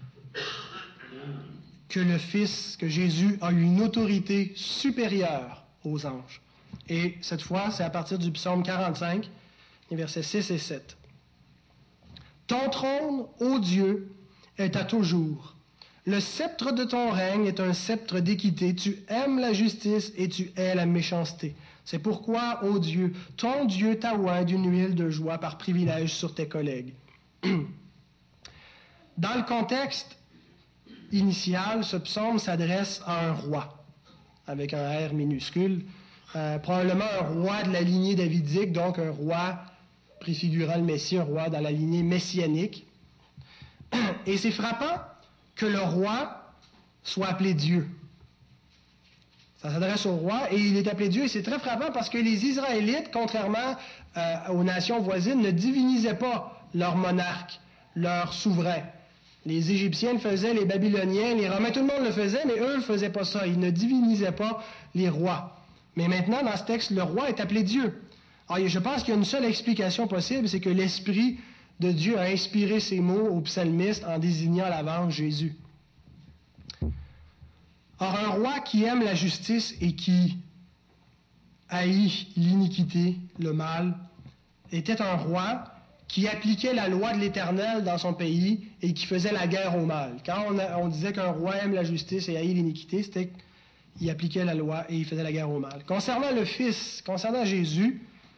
que le Fils, que Jésus a eu une autorité supérieure aux anges. Et cette fois, c'est à partir du psaume quarante-cinq, les versets six et sept. « Ton trône, ô Dieu, est à toujours. Le sceptre de ton règne est un sceptre d'équité. Tu aimes la justice et tu hais la méchanceté. C'est pourquoi, ô Dieu, ton Dieu t'a oint d'une huile de joie par privilège sur tes collègues. » Dans le contexte initial, ce psaume s'adresse à un roi, avec un R minuscule, euh, probablement un roi de la lignée davidique, donc un roi préfigurant le Messie, un roi dans la lignée messianique. Et c'est frappant que le roi soit appelé Dieu. Ça s'adresse au roi et il est appelé Dieu. Et c'est très frappant parce que les Israélites, contrairement euh, aux nations voisines, ne divinisaient pas leur monarque, leur souverain. Les Égyptiens le faisaient, les Babyloniens, les Romains, tout le monde le faisait, mais eux ne faisaient pas ça. Ils ne divinisaient pas les rois. Mais maintenant, dans ce texte, le roi est appelé Dieu. Alors, je pense qu'il y a une seule explication possible, c'est que l'Esprit de Dieu a inspiré ces mots au psalmiste en désignant à l'avance Jésus. Or, un roi qui aime la justice et qui haït l'iniquité, le mal, était un roi qui appliquait la loi de l'Éternel dans son pays et qui faisait la guerre au mal. Quand on, a, on disait qu'un roi aime la justice et haït l'iniquité, c'était qu'il appliquait la loi et il faisait la guerre au mal. Concernant le Fils, concernant Jésus,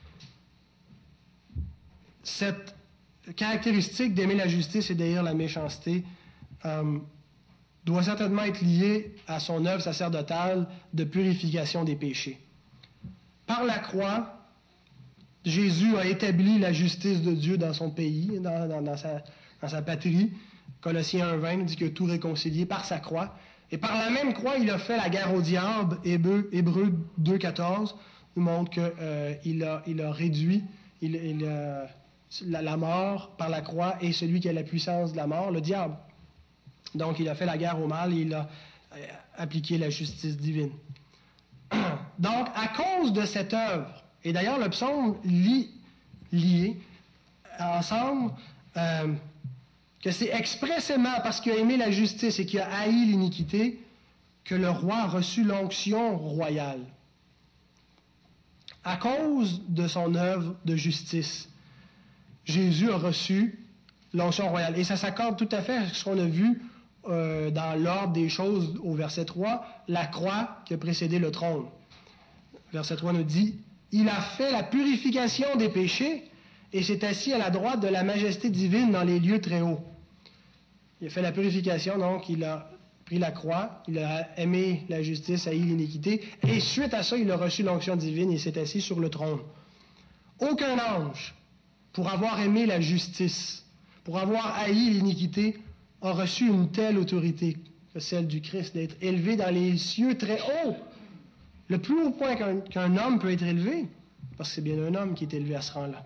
cette caractéristique d'aimer la justice et d'haïr la méchanceté euh, doit certainement être liée à son œuvre sacerdotale de purification des péchés. Par la croix, Jésus a établi la justice de Dieu dans son pays, dans, dans, dans, sa, dans sa patrie. Colossiens un vingt nous dit que tout réconcilié par sa croix. Et par la même croix, il a fait la guerre au diable. Hébreux, Hébreux deux quatorze nous montre qu'il euh, a, il a réduit il, il a, la, la mort par la croix et celui qui a la puissance de la mort, le diable. Donc, il a fait la guerre au mal et il a euh, appliqué la justice divine. Donc, à cause de cette œuvre, et d'ailleurs, le psaume lit, lié ensemble, euh, que c'est expressément parce qu'il a aimé la justice et qu'il a haï l'iniquité que le roi a reçu l'onction royale. À cause de son œuvre de justice, Jésus a reçu l'onction royale. Et ça s'accorde tout à fait avec ce qu'on a vu euh, dans l'ordre des choses au verset trois, la croix qui a précédé le trône. Verset trois nous dit « Il a fait la purification des péchés et s'est assis à la droite de la majesté divine dans les lieux très hauts. » Il a fait la purification, donc il a pris la croix, il a aimé la justice, haï l'iniquité, et suite à ça, il a reçu l'onction divine et s'est assis sur le trône. Aucun ange, pour avoir aimé la justice, pour avoir haï l'iniquité, a reçu une telle autorité que celle du Christ, d'être élevé dans les cieux très hauts. Le plus haut point qu'un, qu'un homme peut être élevé, parce que c'est bien un homme qui est élevé à ce rang-là.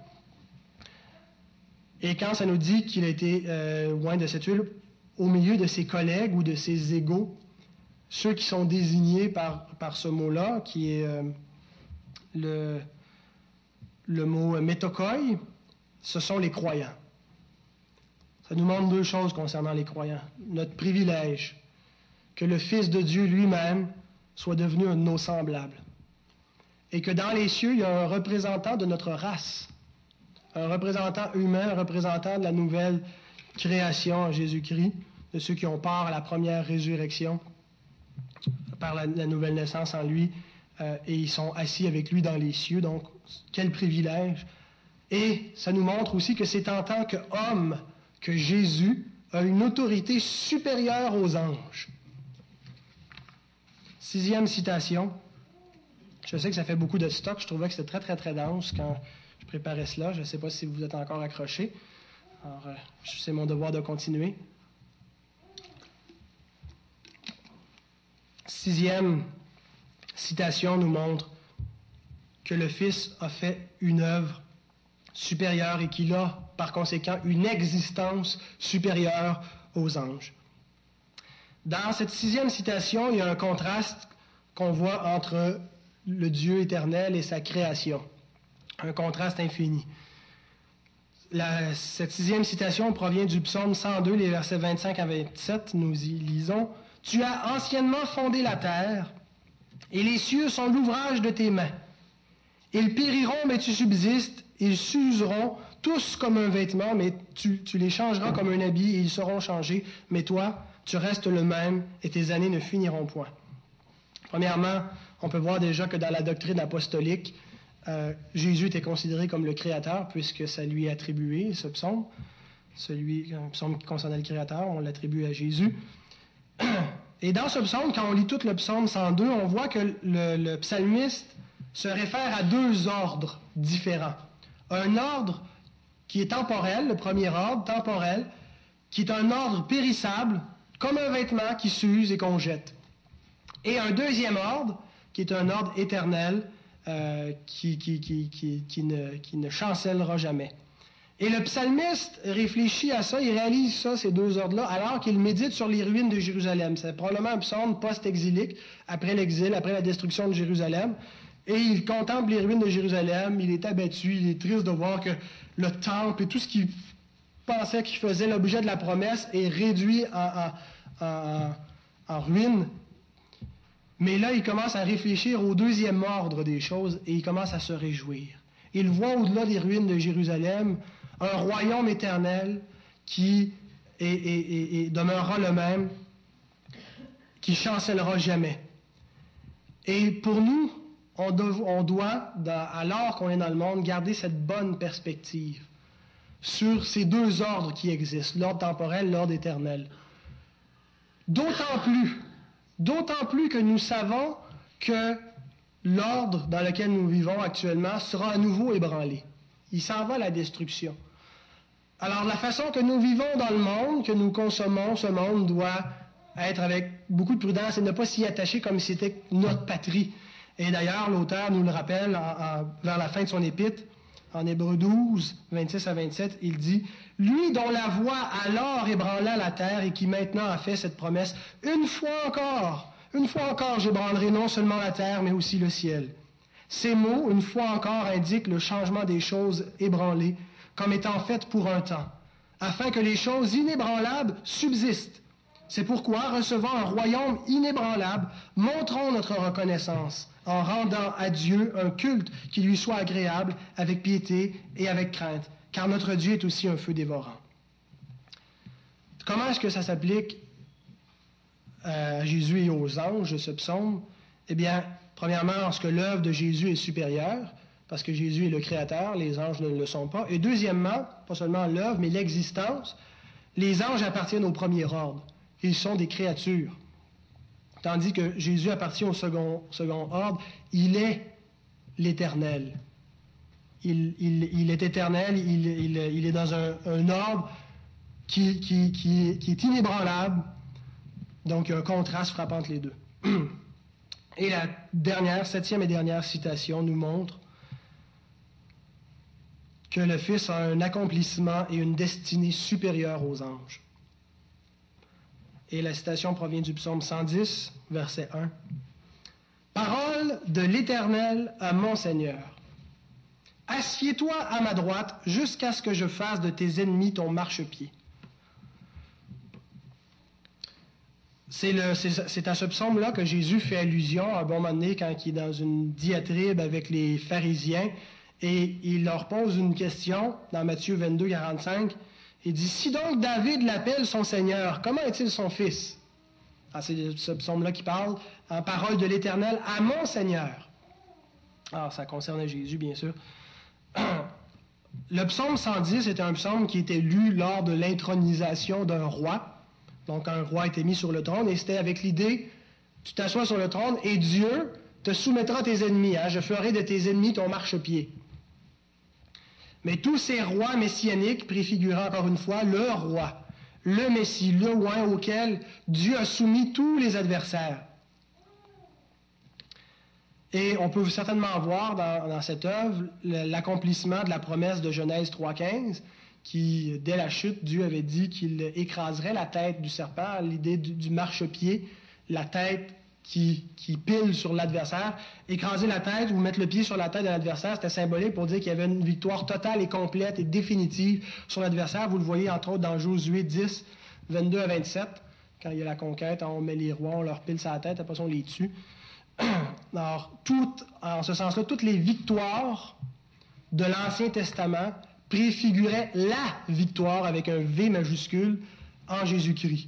Et quand ça nous dit qu'il a été euh, loin de cette huile, au milieu de ses collègues ou de ses égaux, ceux qui sont désignés par, par ce mot-là, qui est euh, le, le mot métokoi, ce sont les croyants. Ça nous montre deux choses concernant les croyants. Notre privilège, que le Fils de Dieu lui-même soit devenu un de nos semblables. Et que dans les cieux, il y a un représentant de notre race, un représentant humain, un représentant de la nouvelle création en Jésus-Christ, de ceux qui ont part à la première résurrection, par la, la nouvelle naissance en lui, euh, et ils sont assis avec lui dans les cieux. Donc, quel privilège! Et ça nous montre aussi que c'est en tant qu'homme que Jésus a une autorité supérieure aux anges. Sixième citation. Je sais que ça fait beaucoup de stock. Je trouvais que c'était très, très, très dense quand je préparais cela. Je ne sais pas si vous êtes encore accrochés. Alors, euh, c'est mon devoir de continuer. Sixième citation nous montre que le Fils a fait une œuvre supérieure et qu'il a, par conséquent, une existence supérieure aux anges. Dans cette sixième citation, il y a un contraste qu'on voit entre le Dieu éternel et sa création. Un contraste infini. La, cette sixième citation provient du psaume cent deux, les versets vingt-cinq à vingt-sept. Nous y lisons. « Tu as anciennement fondé la terre, et les cieux sont l'ouvrage de tes mains. Ils périront, mais tu subsistes. Ils s'useront tous comme un vêtement, mais tu, tu les changeras comme un habit, et ils seront changés. Mais toi, tu restes le même, et tes années ne finiront point. » Premièrement, on peut voir déjà que dans la doctrine apostolique, euh, Jésus était considéré comme le Créateur, puisque ça lui est attribué, ce psaume. Celui, un psaume qui concernait le Créateur, on l'attribue à Jésus. Et dans ce psaume, quand on lit tout le psaume cent deux, on voit que le, le psalmiste se réfère à deux ordres différents. Un ordre qui est temporel, le premier ordre, temporel, qui est un ordre périssable, comme un vêtement qui s'use et qu'on jette. Et un deuxième ordre, qui est un ordre éternel, euh, qui, qui, qui, qui, qui, ne, qui ne chancellera jamais. Et le psalmiste réfléchit à ça, il réalise ça, ces deux ordres-là, alors qu'il médite sur les ruines de Jérusalem. C'est probablement un psaume post-exilique, après l'exil, après la destruction de Jérusalem. Et il contemple les ruines de Jérusalem, il est abattu, il est triste de voir que le temple et tout ce qu'il pensait qu'il faisait l'objet de la promesse est réduit en, en, en, en ruine. Mais là, il commence à réfléchir au deuxième ordre des choses et il commence à se réjouir. Il voit au-delà des ruines de Jérusalem un royaume éternel qui est, est, est, est, demeurera le même, qui chancellera jamais. Et pour nous, on, do, on doit, dans, alors qu'on est dans le monde, garder cette bonne perspective sur ces deux ordres qui existent, l'ordre temporel, l'ordre éternel. D'autant plus, d'autant plus que nous savons que l'ordre dans lequel nous vivons actuellement sera à nouveau ébranlé. Il s'en va à la destruction. Alors, la façon que nous vivons dans le monde, que nous consommons, ce monde doit être avec beaucoup de prudence et ne pas s'y attacher comme si c'était notre patrie. Et d'ailleurs, l'auteur nous le rappelle en, en, vers la fin de son épître, en Hébreux douze, vingt-six à vingt-sept, il dit « Lui dont la voix alors ébranla la terre et qui maintenant a fait cette promesse, une fois encore, une fois encore j'ébranlerai non seulement la terre, mais aussi le ciel. » Ces mots, une fois encore, indiquent le changement des choses ébranlées, comme étant faites pour un temps, afin que les choses inébranlables subsistent. C'est pourquoi, recevant un royaume inébranlable, montrons notre reconnaissance en rendant à Dieu un culte qui lui soit agréable, avec piété et avec crainte, car notre Dieu est aussi un feu dévorant. Comment est-ce que ça s'applique à Jésus et aux anges, ce psaume? Eh bien, premièrement, parce que l'œuvre de Jésus est supérieure, parce que Jésus est le Créateur, les anges ne le sont pas. Et deuxièmement, pas seulement l'œuvre, mais l'existence, les anges appartiennent au premier ordre. Ils sont des créatures. Tandis que Jésus appartient au second, second ordre, il est l'Éternel. Il, il, il est éternel, il, il, il est dans un, un ordre qui, qui, qui, qui est inébranlable. Donc, il y a un contraste frappant entre les deux. Et la dernière, septième et dernière citation nous montre que le Fils a un accomplissement et une destinée supérieure aux anges. Et la citation provient du psaume cent dix, verset un. « Parole de l'Éternel à mon Seigneur. Assieds-toi à ma droite jusqu'à ce que je fasse de tes ennemis ton marchepied. C'est, le, c'est, c'est à ce psaume-là que Jésus fait allusion à un bon moment donné quand il est dans une diatribe avec les pharisiens et il leur pose une question dans Matthieu vingt-deux, quarante-cinq. Il dit « Si donc David l'appelle son Seigneur, comment est-il son fils? » Ah, c'est ce psaume-là qui parle en parole de l'Éternel à mon Seigneur. Alors, ça concerne Jésus, bien sûr. Le psaume cent dix est un psaume qui était lu lors de l'intronisation d'un roi. Donc, un roi était mis sur le trône et c'était avec l'idée, tu t'assois sur le trône et Dieu te soumettra tes ennemis. Hein, je ferai de tes ennemis ton marchepied. Mais tous ces rois messianiques préfiguraient encore une fois le roi, le Messie, le roi auquel Dieu a soumis tous les adversaires. Et on peut certainement voir dans, dans cette œuvre l'accomplissement de la promesse de Genèse trois quinze, qui, dès la chute, Dieu avait dit qu'il écraserait la tête du serpent, l'idée du, du marchepied, la tête qui, qui pile sur l'adversaire. Écraser la tête ou mettre le pied sur la tête de l'adversaire, c'était symbolique pour dire qu'il y avait une victoire totale et complète et définitive sur l'adversaire. Vous le voyez entre autres dans Josué dix, vingt-deux à vingt-sept, quand il y a la conquête, on met les rois, on leur pile sur la tête, après ça on les tue. Alors, toutes, en ce sens-là, toutes les victoires de l'Ancien Testament préfigurait la victoire avec un V majuscule en Jésus-Christ.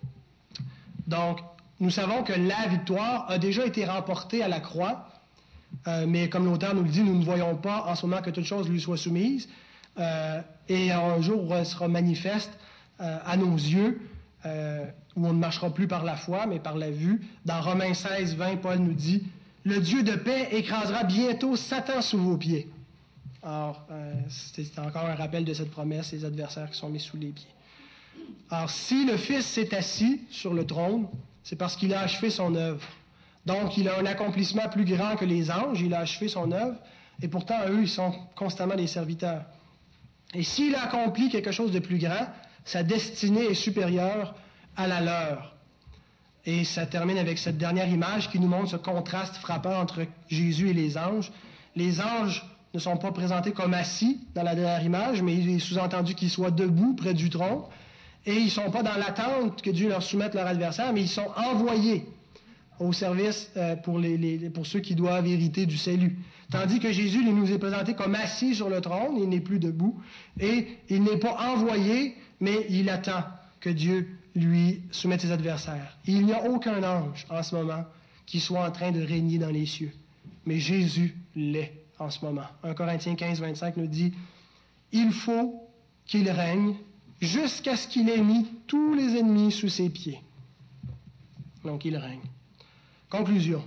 Donc, nous savons que la victoire a déjà été remportée à la croix, euh, mais comme l'auteur nous le dit, nous ne voyons pas en ce moment que toute chose lui soit soumise, euh, et un jour elle sera manifeste euh, à nos yeux, euh, où on ne marchera plus par la foi, mais par la vue. Dans Romains seize, vingt, Paul nous dit « Le Dieu de paix écrasera bientôt Satan sous vos pieds. » Alors, euh, c'est encore un rappel de cette promesse, les adversaires qui sont mis sous les pieds. Alors, si le Fils s'est assis sur le trône, c'est parce qu'il a achevé son œuvre. Donc, il a un accomplissement plus grand que les anges, il a achevé son œuvre, et pourtant, eux, ils sont constamment des serviteurs. Et s'il a accompli quelque chose de plus grand, sa destinée est supérieure à la leur. Et ça termine avec cette dernière image qui nous montre ce contraste frappant entre Jésus et les anges. Les anges ne sont pas présentés comme assis dans la dernière image, mais il est sous-entendu qu'ils soient debout près du trône. Et ils ne sont pas dans l'attente que Dieu leur soumette leur adversaire, mais ils sont envoyés au service euh, pour, les, les, pour ceux qui doivent hériter du salut. Tandis que Jésus il nous est présenté comme assis sur le trône, il n'est plus debout, et il n'est pas envoyé, mais il attend que Dieu lui soumette ses adversaires. Il n'y a aucun ange en ce moment qui soit en train de régner dans les cieux, mais Jésus l'est en ce moment. un Corinthiens quinze, vingt-cinq nous dit « Il faut qu'il règne jusqu'à ce qu'il ait mis tous les ennemis sous ses pieds. » Donc, il règne. Conclusion.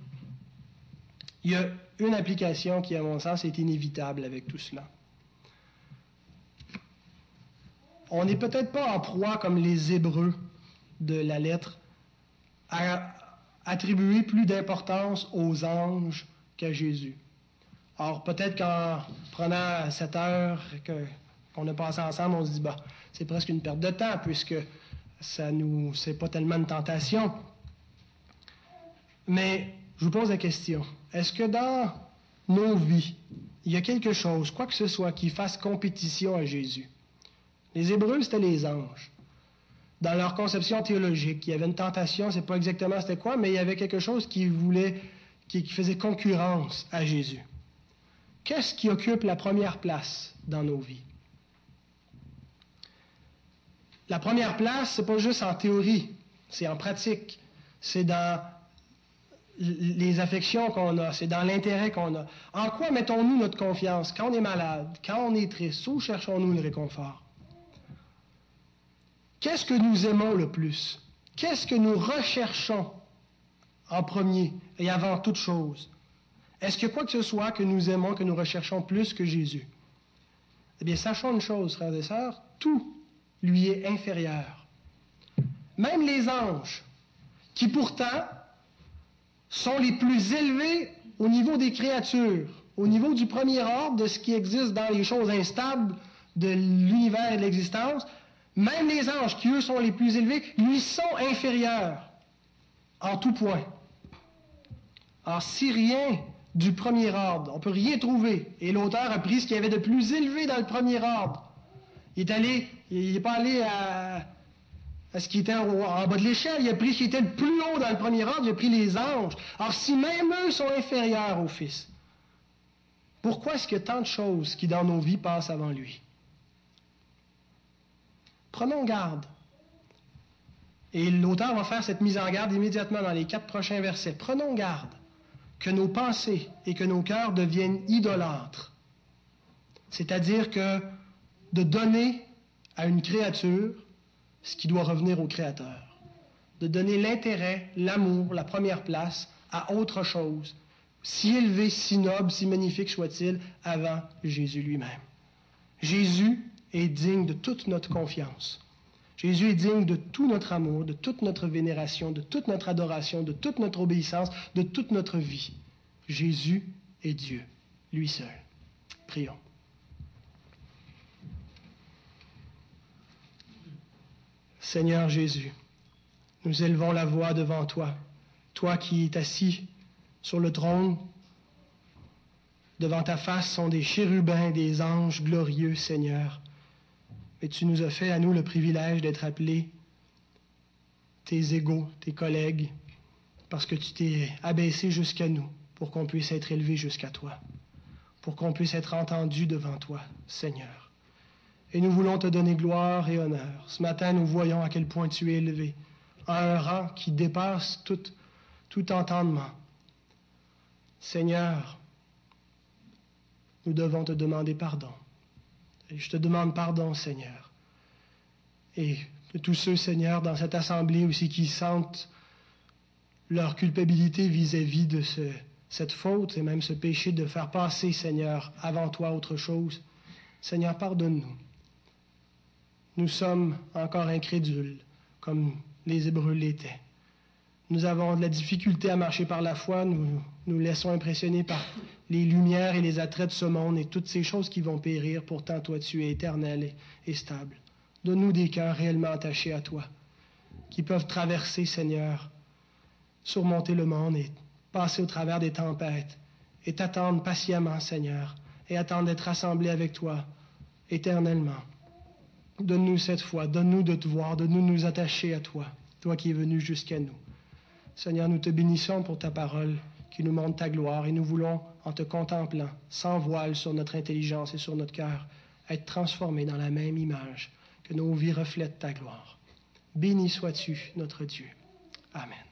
Il y a une application qui, à mon sens, est inévitable avec tout cela. On n'est peut-être pas en proie, comme les Hébreux de la lettre, à attribuer plus d'importance aux anges qu'à Jésus. Or, peut-être qu'en prenant cette heure que, qu'on a passée ensemble, on se dit, bah, c'est presque une perte de temps, puisque ça nous, c'est pas tellement une tentation. Mais je vous pose la question, est-ce que dans nos vies, il y a quelque chose, quoi que ce soit, qui fasse compétition à Jésus? Les Hébreux, c'était les anges. Dans leur conception théologique, il y avait une tentation, je ne sais pas exactement c'était quoi, mais il y avait quelque chose qui voulait, qui, qui faisait concurrence à Jésus. Qu'est-ce qui occupe la première place dans nos vies? La première place, c'est pas juste en théorie, c'est en pratique. C'est dans les affections qu'on a, c'est dans l'intérêt qu'on a. En quoi mettons-nous notre confiance? Quand on est malade, quand on est triste, où cherchons-nous le réconfort? Qu'est-ce que nous aimons le plus? Qu'est-ce que nous recherchons en premier et avant toute chose? Est-ce que quoi que ce soit que nous aimons, que nous recherchons plus que Jésus? Eh bien, sachons une chose, frères et sœurs, tout lui est inférieur. Même les anges, qui pourtant sont les plus élevés au niveau des créatures, au niveau du premier ordre, de ce qui existe dans les choses instables de l'univers et de l'existence, même les anges, qui eux sont les plus élevés, lui sont inférieurs en tout point. Alors, si rien du premier ordre. On ne peut rien trouver. Et l'auteur a pris ce qu'il y avait de plus élevé dans le premier ordre. Il est allé, il n'est pas allé à, à ce qui était en, en bas de l'échelle. Il a pris ce qui était le plus haut dans le premier ordre. Il a pris les anges. Alors, si même eux sont inférieurs au Fils, pourquoi est-ce qu'il y a tant de choses qui, dans nos vies, passent avant lui? Prenons garde. Et l'auteur va faire cette mise en garde immédiatement dans les quatre prochains versets. Prenons garde que nos pensées et que nos cœurs deviennent idolâtres. C'est-à-dire que de donner à une créature ce qui doit revenir au Créateur. De donner l'intérêt, l'amour, la première place à autre chose, si élevé, si noble, si magnifique soit-il, avant Jésus lui-même. Jésus est digne de toute notre confiance. Jésus est digne de tout notre amour, de toute notre vénération, de toute notre adoration, de toute notre obéissance, de toute notre vie. Jésus est Dieu, lui seul. Prions. Seigneur Jésus, nous élevons la voix devant toi, toi qui es assis sur le trône. Devant ta face sont des chérubins, des anges glorieux, Seigneur. Et tu nous as fait à nous le privilège d'être appelés tes égaux, tes collègues, parce que tu t'es abaissé jusqu'à nous pour qu'on puisse être élevé jusqu'à toi, pour qu'on puisse être entendu devant toi, Seigneur. Et nous voulons te donner gloire et honneur. Ce matin, nous voyons à quel point tu es élevé, à un rang qui dépasse tout, tout entendement. Seigneur, nous devons te demander pardon. Et je te demande pardon, Seigneur. Et de tous ceux, Seigneur, dans cette assemblée aussi qui sentent leur culpabilité vis-à-vis de ce, cette faute et même ce péché de faire passer, Seigneur, avant toi autre chose. Seigneur, pardonne-nous. Nous sommes encore incrédules, comme les Hébreux l'étaient. Nous avons de la difficulté à marcher par la foi, nous nous laissons impressionner par les lumières et les attraits de ce monde et toutes ces choses qui vont périr. Pourtant, toi, tu es éternel et, et stable. Donne-nous des cœurs réellement attachés à toi, qui peuvent traverser, Seigneur, surmonter le monde et passer au travers des tempêtes et t'attendre patiemment, Seigneur, et attendre d'être rassemblés avec toi éternellement. Donne-nous cette foi, donne-nous de te voir, donne-nous de nous attacher à toi, toi qui es venu jusqu'à nous. Seigneur, nous te bénissons pour ta parole qui nous montre ta gloire et nous voulons, en te contemplant, sans voile sur notre intelligence et sur notre cœur, être transformés dans la même image, que nos vies reflètent ta gloire. Béni sois-tu, notre Dieu. Amen.